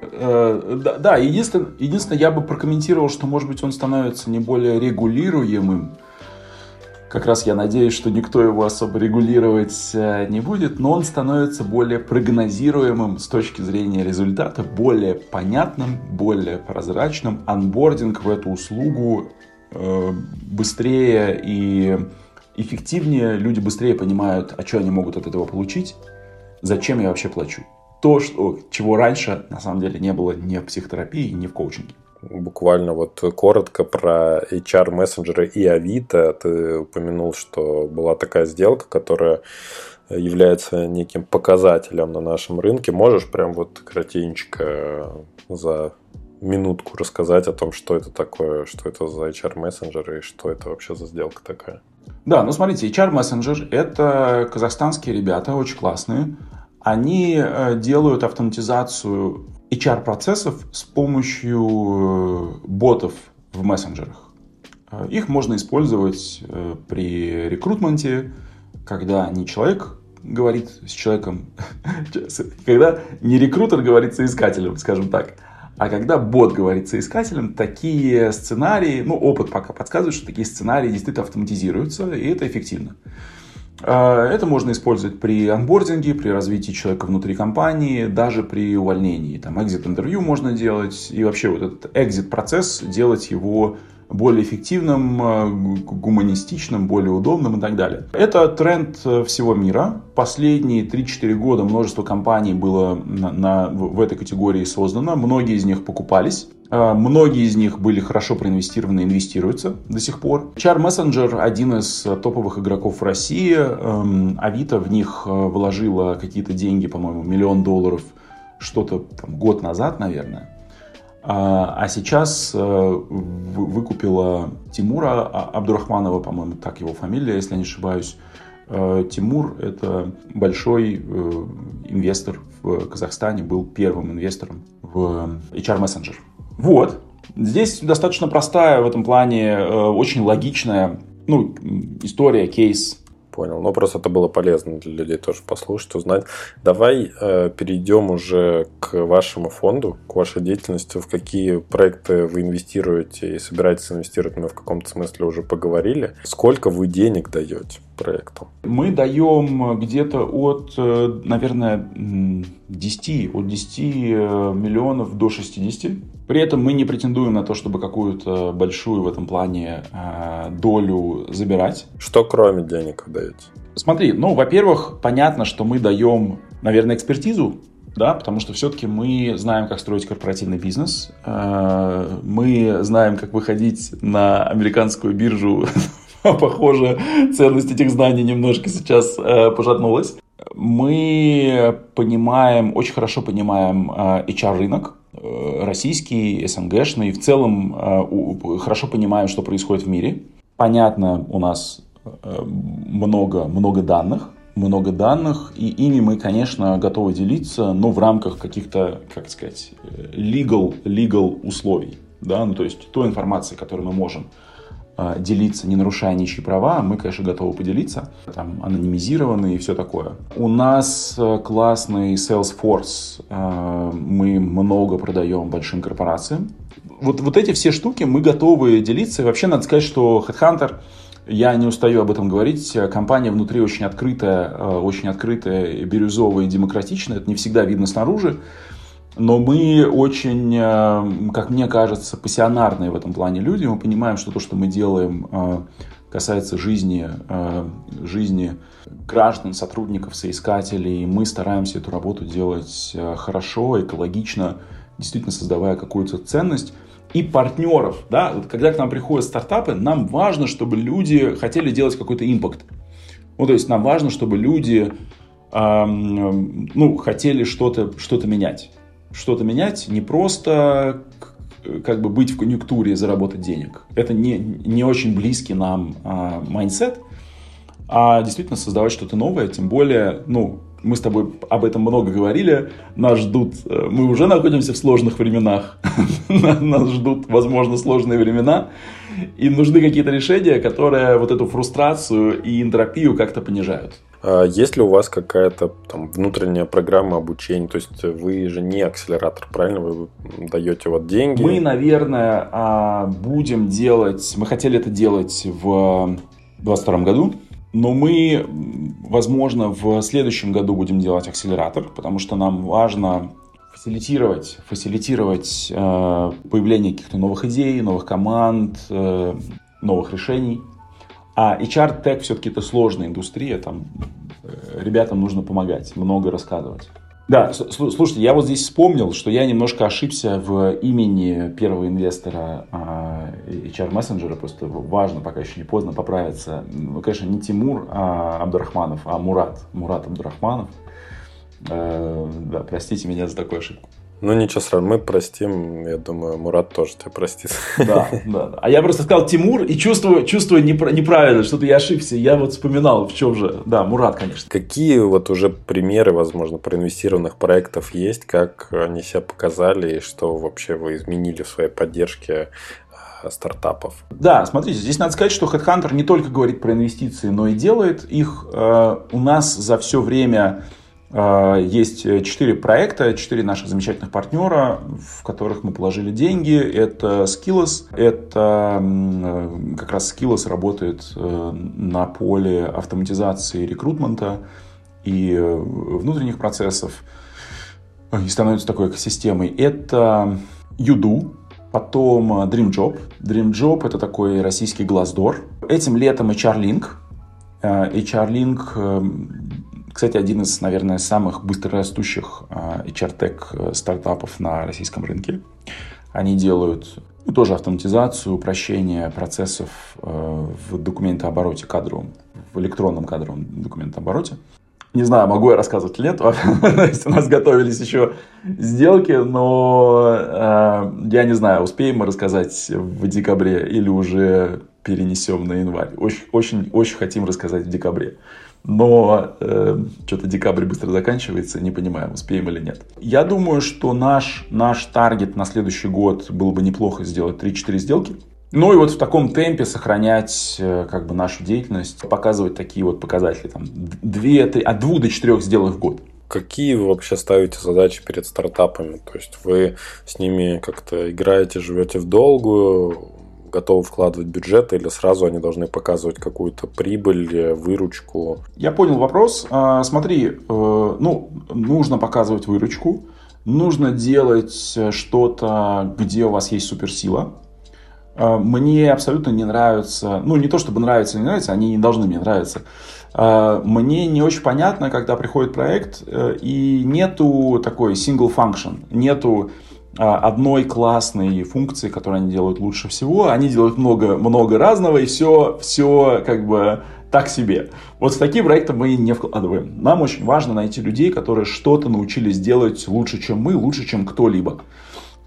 Да, да, единственное, единственное, я бы прокомментировал, что, может быть, он становится не более регулируемым. Как раз я надеюсь, что никто его особо регулировать не будет, но он становится более прогнозируемым с точки зрения результата, более понятным, более прозрачным. Анбординг в эту услугу э, быстрее и эффективнее, люди быстрее понимают, а что они могут от этого получить, зачем я вообще плачу. То, что, чего раньше на самом деле не было ни в психотерапии, ни в коучинге. Буквально вот коротко про эйч ар-мессенджеры и Авито. Ты упомянул, что была такая сделка, которая является неким показателем на нашем рынке. Можешь прям вот кратенько за минутку рассказать о том, что это такое, что это за эйч ар-мессенджеры и что это вообще за сделка такая? Да, ну смотрите, эйч ар-мессенджер – это казахстанские ребята, очень классные. Они делают автоматизацию эйч ар-процессов с помощью ботов в мессенджерах. Их можно использовать при рекрутменте, когда не человек говорит с человеком, когда не рекрутер говорит с соискателем, скажем так, а когда бот говорит с соискателем, такие сценарии, ну, опыт пока подсказывает, что такие сценарии действительно автоматизируются, и это эффективно. Это можно использовать при онбординге, при развитии человека внутри компании, даже при увольнении. Там экзит-интервью можно делать, и вообще вот этот экзит-процесс делать его более эффективным, гуманистичным, более удобным и так далее. Это тренд всего мира. Последние три-четыре года множество компаний было на, на, в этой категории создано. Многие из них покупались. Многие из них были хорошо проинвестированы и инвестируются до сих пор. эйч ар-мессенджер один из топовых игроков в России. Авито в них вложила какие-то деньги, по-моему, миллион долларов, что-то там, год назад, наверное. А сейчас выкупила Тимура Абдурахманова, по-моему, так его фамилия, если я не ошибаюсь. Тимур – это большой инвестор в Казахстане, был первым инвестором в эйч ар-мессенджер. Вот. Здесь достаточно простая в этом плане, очень логичная, ну, история, кейс. Понял. Но просто это было полезно для людей тоже послушать, узнать. Давай э, перейдем уже к вашему фонду, к вашей деятельности. В какие проекты вы инвестируете и собираетесь инвестировать, мы в каком-то смысле уже поговорили. Сколько вы денег даете проектам? Мы даем где-то от, наверное, десяти, от десяти миллионов до шестидесяти. При этом мы не претендуем на то, чтобы какую-то большую в этом плане э, долю забирать. Что кроме денег вы даете? Смотри, ну, во-первых, понятно, что мы даем, наверное, экспертизу, да, потому что все-таки мы знаем, как строить корпоративный бизнес, э, мы знаем, как выходить на американскую биржу. Похоже, ценность этих знаний немножко сейчас э, пошатнулась. Мы понимаем, очень хорошо понимаем э, эйч ар-рынок, э, российский, эс эн гэшный, и в целом э, у, хорошо понимаем, что происходит в мире. Понятно у нас много, много данных, много данных, и ими мы, конечно, готовы делиться, но в рамках каких-то, как сказать, legal, legal условий, да, ну, то есть той информации, которой мы можем делиться, не нарушая ничьи права, мы, конечно, готовы поделиться, там, анонимизированные и все такое. У нас классный Salesforce, мы много продаем большим корпорациям. Вот, вот эти все штуки мы готовы делиться, и вообще надо сказать, что HeadHunter, я не устаю об этом говорить, компания внутри очень открытая, очень открытая, бирюзовая и демократичная, это не всегда видно снаружи. Но мы очень, как мне кажется, пассионарные в этом плане люди. Мы понимаем, что то, что мы делаем, касается жизни, жизни граждан, сотрудников, соискателей. Мы стараемся эту работу делать хорошо, экологично, действительно создавая какую-то ценность. И партнеров, да, вот когда к нам приходят стартапы, нам важно, чтобы люди хотели делать какой-то импакт. Ну, то есть нам важно, чтобы люди ну, хотели что-то, что-то менять. Что-то менять, не просто как бы быть в конъюнктуре и заработать денег. Это не, не очень близкий нам майндсет, а, а действительно создавать что-то новое. Тем более, ну, мы с тобой об этом много говорили, нас ждут, мы уже находимся в сложных временах, нас ждут, возможно, сложные времена, и нужны какие-то решения, которые вот эту фрустрацию и энтропию как-то понижают. А есть ли у вас какая-то там внутренняя программа обучения? То есть вы же не акселератор, правильно? Вы даете вот деньги? Мы, наверное, будем делать, мы хотели это делать в двадцать втором году, но мы, возможно, в следующем году будем делать акселератор, потому что нам важно фасилитировать, фасилитировать э, появление каких-то новых идей, новых команд, э, новых решений. А эйч ар-тег все-таки это сложная индустрия, там ребятам нужно помогать, много рассказывать. Да, слушайте, я вот здесь вспомнил, что я немножко ошибся в имени первого инвестора эйч ар-мессенджера, просто важно, пока еще не поздно, поправиться. Ну, конечно, не Тимур Абдурахманов, а Мурат, Мурат Абдурахманов. Да, простите меня за такую ошибку. Ну, ничего сразу, мы простим, я думаю, Мурат тоже тебя простит. Да, да, да. А я просто сказал Тимур и чувствую, чувствую неправильно, что-то я ошибся. Я вот вспоминал, в чем же. Да, Мурат, конечно. Какие вот уже примеры, возможно, проинвестированных проектов есть, как они себя показали и что вообще вы изменили в своей поддержке стартапов? Да, смотрите, здесь надо сказать, что HeadHunter не только говорит про инвестиции, но и делает их. У нас за все время есть четыре проекта, четыре наших замечательных партнера, в которых мы положили деньги. Это Skillous. Это как раз Skillous работает на поле автоматизации рекрутмента и внутренних процессов и становится такой экосистемой. Это Udo. Потом DreamJob. DreamJob — это такой российский Glassdoor. Этим летом эйч ар-Link. эйч ар-Link, кстати, один из, наверное, самых быстрорастущих эйч ар-тег стартапов на российском рынке. Они делают ну, тоже автоматизацию, упрощение процессов в документообороте кадровом, в электронном кадровом документообороте. Не знаю, могу я рассказывать или нет. У нас готовились еще сделки, но э, я не знаю, успеем мы рассказать в декабре или уже перенесем на январь. Очень, очень, очень хотим рассказать в декабре. Но э, что-то декабрь быстро заканчивается, не понимаем, успеем или нет. Я думаю, что наш, наш таргет на следующий год было бы неплохо сделать три-четыре сделки. Ну и вот в таком темпе сохранять как бы нашу деятельность, показывать такие вот показатели, там, две, три, от двух до четырех сделок в год. Какие вы вообще ставите задачи перед стартапами? То есть вы с ними как-то играете, живете в долгую, готовы вкладывать бюджеты или сразу они должны показывать какую-то прибыль, выручку? Я понял вопрос. Смотри, ну, нужно показывать выручку, нужно делать что-то, где у вас есть суперсила. Мне абсолютно не нравится, ну не то чтобы нравится или не нравится, они не должны мне нравиться. Мне не очень понятно, когда приходит проект и нету такой single function, нету одной классной функции, которую они делают лучше всего. Они делают много, много разного и все, все как бы так себе. Вот в такие проекты мы не вкладываем. Нам очень важно найти людей, которые что-то научились делать лучше, чем мы, лучше, чем кто-либо.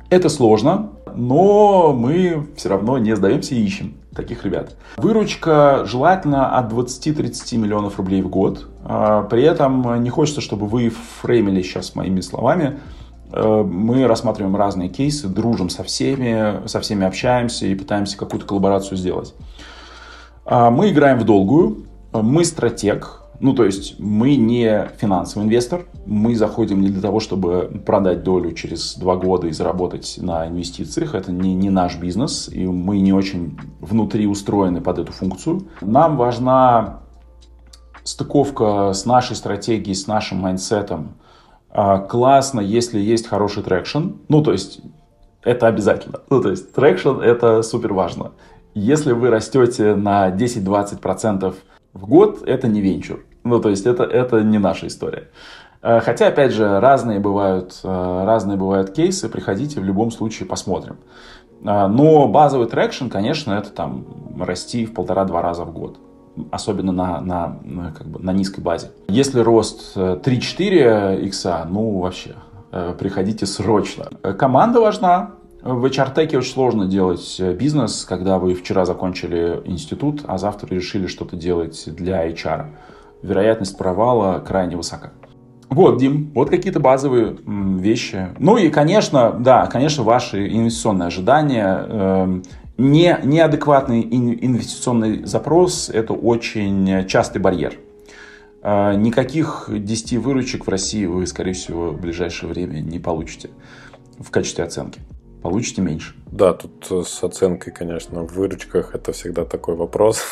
Это сложно, но мы все равно не сдаемся и ищем таких ребят. Выручка желательно от двадцати-тридцати миллионов рублей в год. При этом не хочется, чтобы вы фреймили сейчас моими словами. Мы рассматриваем разные кейсы, дружим со всеми, со всеми общаемся и пытаемся какую-то коллаборацию сделать. Мы играем в долгую, мы стратег. Ну, то есть, мы не финансовый инвестор, мы заходим не для того, чтобы продать долю через два года и заработать на инвестициях. Это не, не наш бизнес, и мы не очень внутри устроены под эту функцию. Нам важна стыковка с нашей стратегией, с нашим майндсетом. Классно, если есть хороший трекшн. Ну, то есть, это обязательно. Ну, то есть, трекшн – это супер важно. Если вы растете на десять-двадцать процентов в год, это не венчур. Ну, то есть, это, это не наша история. Хотя, опять же, разные бывают, разные бывают кейсы. Приходите, в любом случае посмотрим. Но базовый трекшн, конечно, это там расти в полтора-два раза в год. Особенно на, на, на, как бы, на низкой базе. Если рост три-четыре икса, ну, вообще, приходите срочно. Команда важна. В эйч ар-теке очень сложно делать бизнес, когда вы вчера закончили институт, а завтра решили что-то делать для эйч ар. Вероятность провала крайне высока. Вот, Дим, вот какие-то базовые м, вещи. Ну и, конечно, да, конечно, ваши инвестиционные ожидания. Э, не, неадекватный инвестиционный запрос – это очень частый барьер. Э, никаких десяти выручек в России вы, скорее всего, в ближайшее время не получите в качестве оценки. Получите меньше. Да, тут с оценкой, конечно, в выручках это всегда такой вопрос.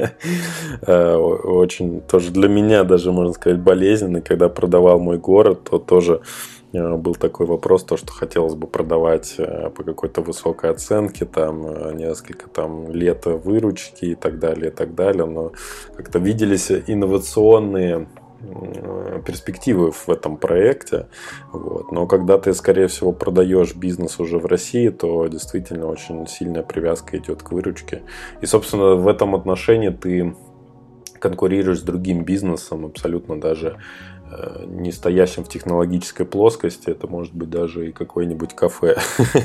Очень тоже для меня даже, можно сказать, болезненный. Когда продавал мой город, то тоже был такой вопрос, то, что хотелось бы продавать по какой-то высокой оценке, там несколько там, лет выручки и так далее, и так далее. Но как-то виделись инновационные перспективы в этом проекте. Вот. Но когда ты, скорее всего, продаешь бизнес уже в России, то действительно очень сильная привязка идет к выручке. И, собственно, в этом отношении ты конкурируешь с другим бизнесом, абсолютно даже не стоящим в технологической плоскости. Это может быть даже и какое-нибудь кафе.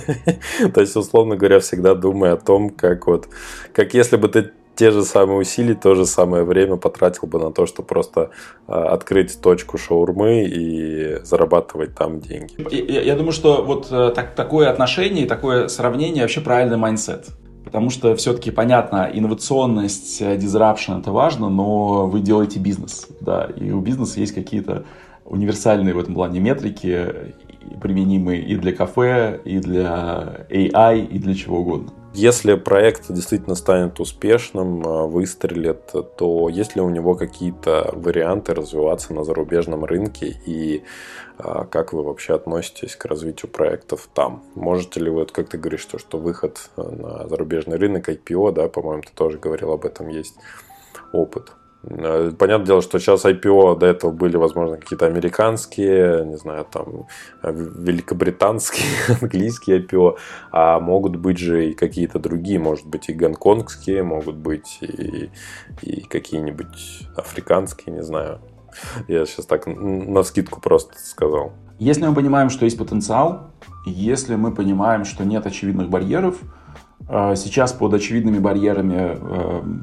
То есть, условно говоря, всегда думай о том, как вот, как если бы ты те же самые усилия, то же самое время потратил бы на то, чтобы просто э, открыть точку шаурмы и зарабатывать там деньги. Я, я думаю, что вот э, так, такое отношение, такое сравнение вообще правильный майндсет. Потому что все-таки, понятно, инновационность, disruption – это важно, но вы делаете бизнес. Да, и у бизнеса есть какие-то универсальные в этом плане метрики, применимые и для кафе, и для эй ай, и для чего угодно. Если проект действительно станет успешным, выстрелит, то есть ли у него какие-то варианты развиваться на зарубежном рынке и как вы вообще относитесь к развитию проектов там? Можете ли вы, как ты говоришь, что, что выход на зарубежный рынок, ай пи о, да, по-моему, ты тоже говорил об этом, есть опыт? Понятное дело, что сейчас ай пи о до этого были, возможно, какие-то американские, не знаю, там, великобританские, английские ай пи о, а могут быть же и какие-то другие, может быть, и гонконгские, могут быть и, и какие-нибудь африканские, не знаю. Я сейчас так навскидку просто сказал. Если мы понимаем, что есть потенциал, если мы понимаем, что нет очевидных барьеров, сейчас под очевидными барьерами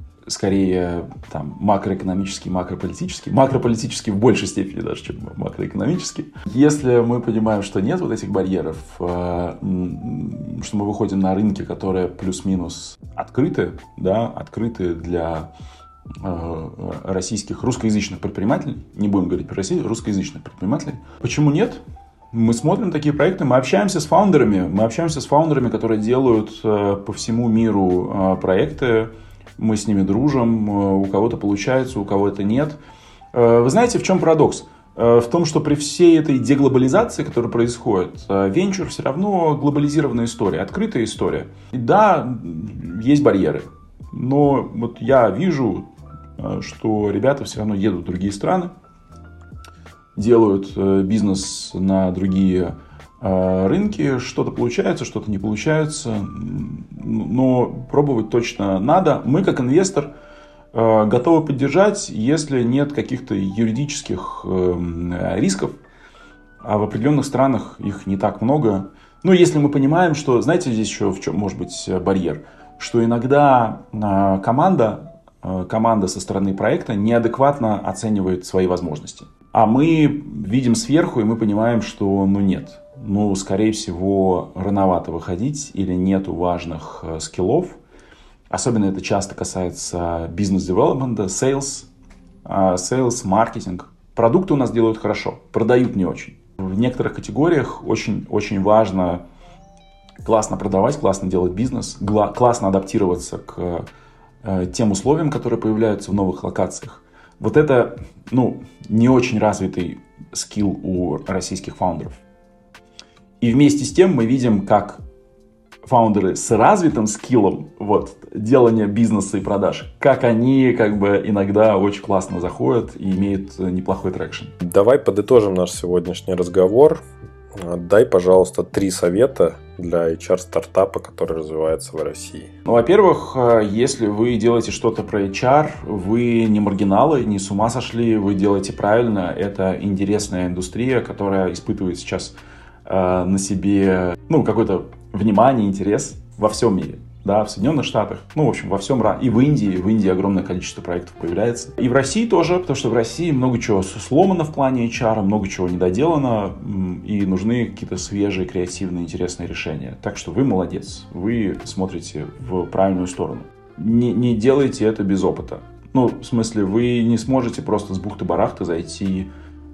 скорее там, макроэкономический, макрополитический. Макрополитический в большей степени даже, чем макроэкономический. Если мы понимаем, что нет вот этих барьеров, что мы выходим на рынки, которые плюс-минус открыты, да, открыты для российских, русскоязычных предпринимателей, не будем говорить про Россию, русскоязычных предпринимателей. Почему нет? Мы смотрим такие проекты, мы общаемся с фаундерами, мы общаемся с фаундерами, которые делают по всему миру проекты, мы с ними дружим, у кого-то получается, у кого-то нет. Вы знаете, в чем парадокс? В том, что при всей этой деглобализации, которая происходит, венчур все равно глобализированная история, открытая история. И да, есть барьеры, но вот я вижу, что ребята все равно едут в другие страны, делают бизнес на другие рынки, что-то получается, что-то не получается, но пробовать точно надо. Мы, как инвестор, готовы поддержать, если нет каких-то юридических рисков, а в определенных странах их не так много. Ну, если мы понимаем, что, знаете, здесь еще в чем может быть барьер, что иногда команда, команда со стороны проекта неадекватно оценивает свои возможности. А мы видим сверху, и мы понимаем, что, ну, нет. Ну, скорее всего, рановато выходить или нету важных скиллов. Особенно это часто касается бизнес-девелопмента, sales, sales, маркетинг. Продукты у нас делают хорошо, продают не очень. В некоторых категориях очень, очень важно классно продавать, классно делать бизнес, гла- классно адаптироваться к э, тем условиям, которые появляются в новых локациях. Вот это, ну, не очень развитый скилл у российских фаундеров. И вместе с тем мы видим, как фаундеры с развитым скиллом вот, делания бизнеса и продаж, как они как бы иногда очень классно заходят и имеют неплохой трекшн. Давай подытожим наш сегодняшний разговор. Дай, пожалуйста, три совета для эйч ар-стартапа, который развивается в России. Ну, во-первых, если вы делаете что-то про эйч ар, вы не маргиналы, не с ума сошли, вы делаете правильно. Это интересная индустрия, которая испытывает сейчас э, на себе ну, какой-то внимание, интерес во всем мире. Да, в Соединенных Штатах, ну, в общем, во всем, и в Индии, в Индии огромное количество проектов появляется. И в России тоже, потому что в России много чего сломано в плане эйч ар, много чего недоделано, и нужны какие-то свежие, креативные, интересные решения. Так что вы молодец, вы смотрите в правильную сторону. Не, не делайте это без опыта. Ну, в смысле, вы не сможете просто с бухты-барахты зайти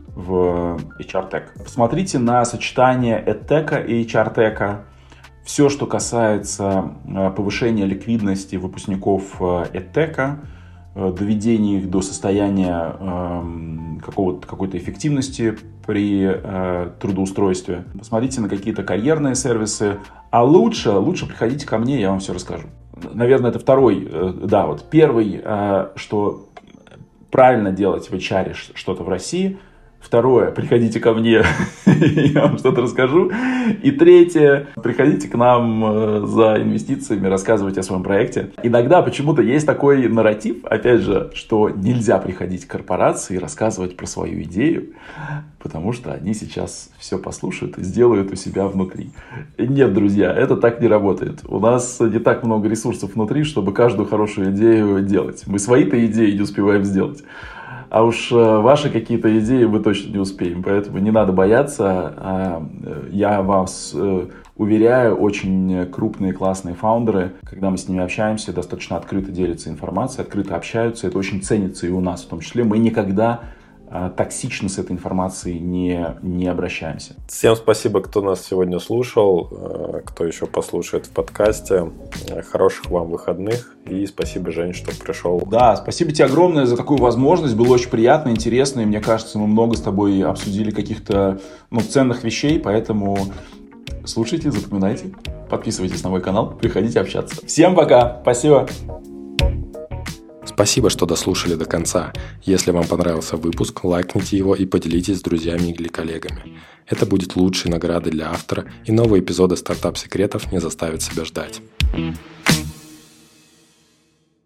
в эйч ар-тек. Посмотрите на сочетание эдтека и эйч ар-тека. Все, что касается повышения ликвидности выпускников эдтека, доведения их до состояния какого-то, какой-то эффективности при трудоустройстве. Посмотрите на какие-то карьерные сервисы. А лучше, лучше приходите ко мне, я вам все расскажу. Наверное, это второй, да, вот первый, что правильно делать в эйч ар что-то в России. Второе, приходите ко мне, я вам что-то расскажу. И третье, приходите к нам за инвестициями, рассказывайте о своем проекте. Иногда почему-то есть такой нарратив, опять же, что нельзя приходить к корпорации и рассказывать про свою идею, потому что они сейчас все послушают и сделают у себя внутри. Нет, друзья, это так не работает. У нас не так много ресурсов внутри, чтобы каждую хорошую идею делать. Мы свои-то идеи не успеваем сделать. А уж ваши какие-то идеи мы точно не успеем, поэтому не надо бояться. Я вас уверяю, очень крупные классные фаундеры, когда мы с ними общаемся, достаточно открыто делятся информацией, открыто общаются. Это очень ценится и у нас в том числе. Мы никогда токсично с этой информацией не, не обращаемся. Всем спасибо, кто нас сегодня слушал, кто еще послушает в подкасте. Хороших вам выходных и спасибо, Жень, что пришел. Да, спасибо тебе огромное за такую возможность. Было очень приятно, интересно. И мне кажется, мы много с тобой обсудили каких-то ну, ценных вещей, поэтому слушайте, запоминайте, подписывайтесь на мой канал, приходите общаться. Всем пока, спасибо. Спасибо, что дослушали до конца. Если вам понравился выпуск, лайкните его и поделитесь с друзьями или коллегами. Это будет лучшей наградой для автора, и новые эпизоды «Стартап-секретов» не заставят себя ждать.